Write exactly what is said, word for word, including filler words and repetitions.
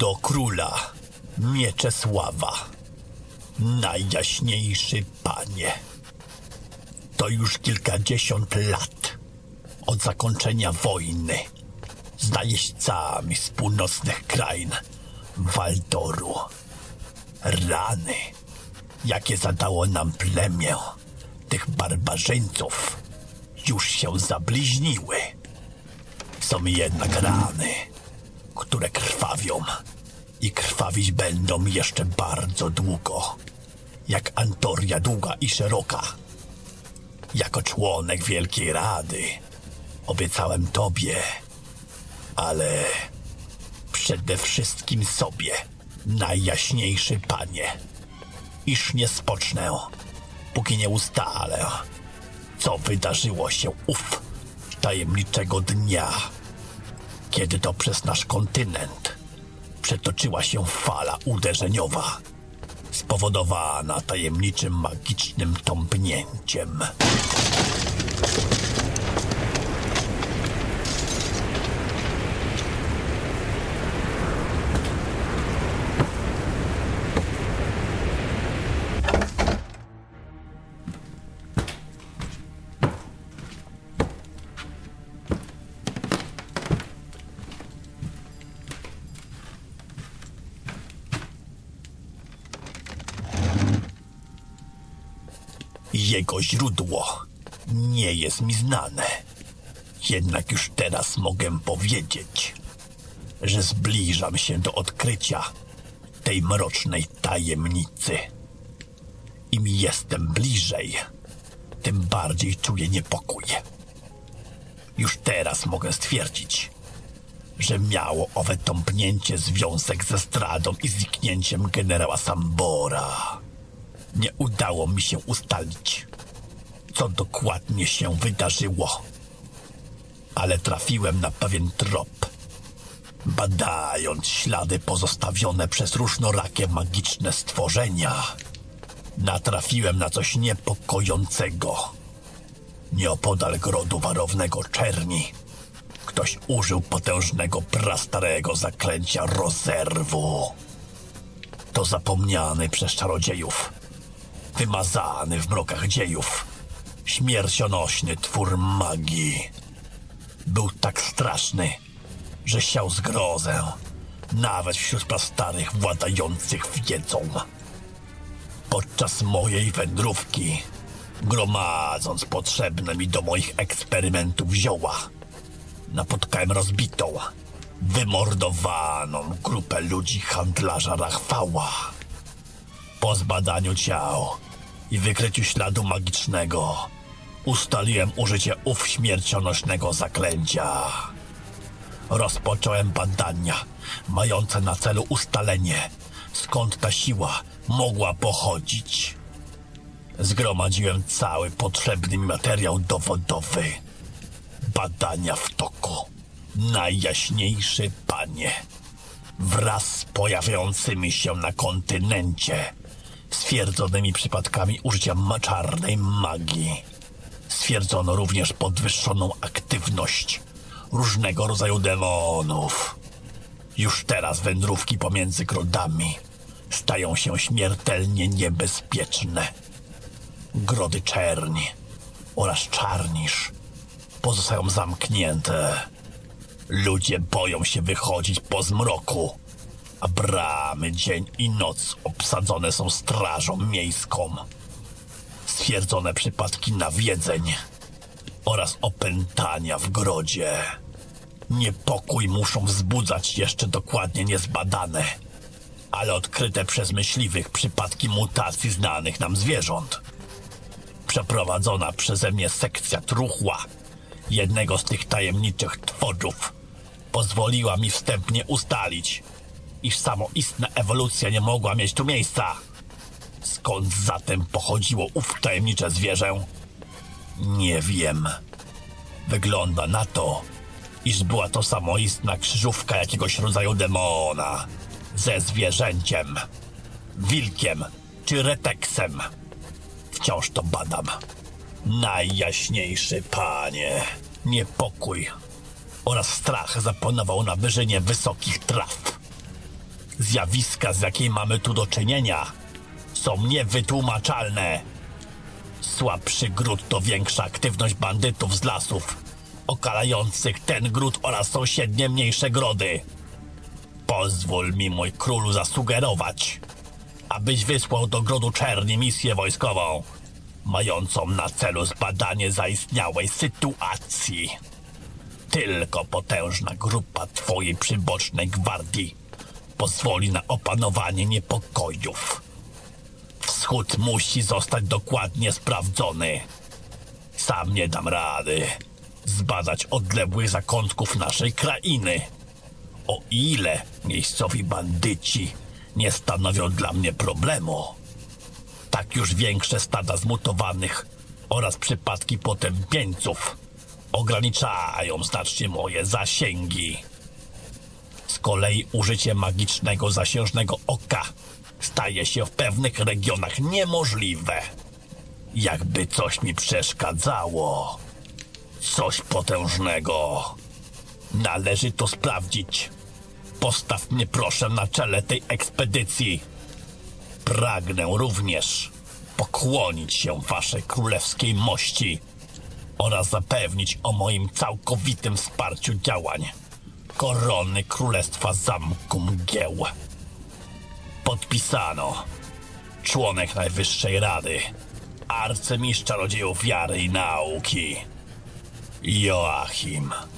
Do króla Mieczysława, najjaśniejszy panie. To już kilkadziesiąt lat od zakończenia wojny z najeźdźcami z północnych krain Waldoru. Rany, jakie zadało nam plemię tych barbarzyńców, już się zabliźniły. Są jednak rany, które krwawią i krwawić będą jeszcze bardzo długo, jak Antoria długa i szeroka. Jako członek Wielkiej Rady obiecałem tobie, ale przede wszystkim sobie, najjaśniejszy panie, iż nie spocznę, póki nie ustalę, co wydarzyło się ów tajemniczego dnia, kiedy to przez nasz kontynent przetoczyła się fala uderzeniowa, spowodowana tajemniczym magicznym tąpnięciem. Jego źródło nie jest mi znane. Jednak już teraz mogę powiedzieć, że zbliżam się do odkrycia tej mrocznej tajemnicy. Im jestem bliżej, tym bardziej czuję niepokój. Już teraz mogę stwierdzić, że miało owe tąpnięcie związek ze zdradą i zniknięciem generała Sambora. Nie udało mi się ustalić, co dokładnie się wydarzyło, ale trafiłem na pewien trop. Badając ślady pozostawione przez różnorakie magiczne stworzenia, natrafiłem na coś niepokojącego. Nieopodal grodu warownego Czerni ktoś użył potężnego prastarego zaklęcia rozerwu. To zapomniany przez czarodziejów, wymazany w mrokach dziejów, śmiercionośny twór magii. Był tak straszny, że siał zgrozę nawet wśród prastarych władających wiedzą. Podczas mojej wędrówki, gromadząc potrzebne mi do moich eksperymentów zioła, napotkałem rozbitą, wymordowaną grupę ludzi handlarza Rachwała. Po zbadaniu ciał i wykryciu śladu magicznego ustaliłem użycie ów śmiercionośnego zaklęcia. Rozpocząłem badania mające na celu ustalenie, skąd ta siła mogła pochodzić. Zgromadziłem cały potrzebny mi materiał dowodowy. Badania w toku, najjaśniejszy panie. Wraz z pojawiającymi się na kontynencie stwierdzonymi przypadkami użycia czarnej magii stwierdzono również podwyższoną aktywność różnego rodzaju demonów. Już teraz wędrówki pomiędzy grodami stają się śmiertelnie niebezpieczne. Grody Czerni oraz Czarnisz pozostają zamknięte. Ludzie boją się wychodzić po zmroku, a bramy dzień i noc obsadzone są strażą miejską. Stwierdzone przypadki nawiedzeń oraz opętania w grodzie. Niepokój muszą wzbudzać jeszcze dokładnie niezbadane, ale odkryte przez myśliwych przypadki mutacji znanych nam zwierząt. Przeprowadzona przeze mnie sekcja truchła jednego z tych tajemniczych tworów pozwoliła mi wstępnie ustalić, iż samoistna ewolucja nie mogła mieć tu miejsca. Skąd zatem pochodziło ów tajemnicze zwierzę? Nie wiem. Wygląda na to, iż była to samoistna krzyżówka jakiegoś rodzaju demona ze zwierzęciem, wilkiem czy reteksem. Wciąż to badam. Najjaśniejszy panie, niepokój oraz strach zapanował na wyżynie wysokich traw. Zjawiska, z jakiej mamy tu do czynienia, są niewytłumaczalne. Słabszy gród to większa aktywność bandytów z lasów, okalających ten gród oraz sąsiednie mniejsze grody. Pozwól mi, mój królu, zasugerować, abyś wysłał do Grodu Czerni misję wojskową, mającą na celu zbadanie zaistniałej sytuacji. Tylko potężna grupa twojej przybocznej gwardii pozwoli na opanowanie niepokojów. Wschód musi zostać dokładnie sprawdzony. Sam nie dam rady zbadać odległych zakątków naszej krainy, o ile miejscowi bandyci nie stanowią dla mnie problemu. Tak już większe stada zmutowanych oraz przypadki potępieńców ograniczają znacznie moje zasięgi. Z kolei użycie magicznego zasiężnego oka staje się w pewnych regionach niemożliwe. Jakby coś mi przeszkadzało. Coś potężnego. Należy to sprawdzić. Postaw mnie proszę na czele tej ekspedycji. Pragnę również pokłonić się waszej królewskiej mości oraz zapewnić o moim całkowitym wsparciu działań Korony Królestwa Zamku Mgieł. Podpisano. Członek Najwyższej Rady, arcymistrz czarodziejów wiary i nauki, Joachim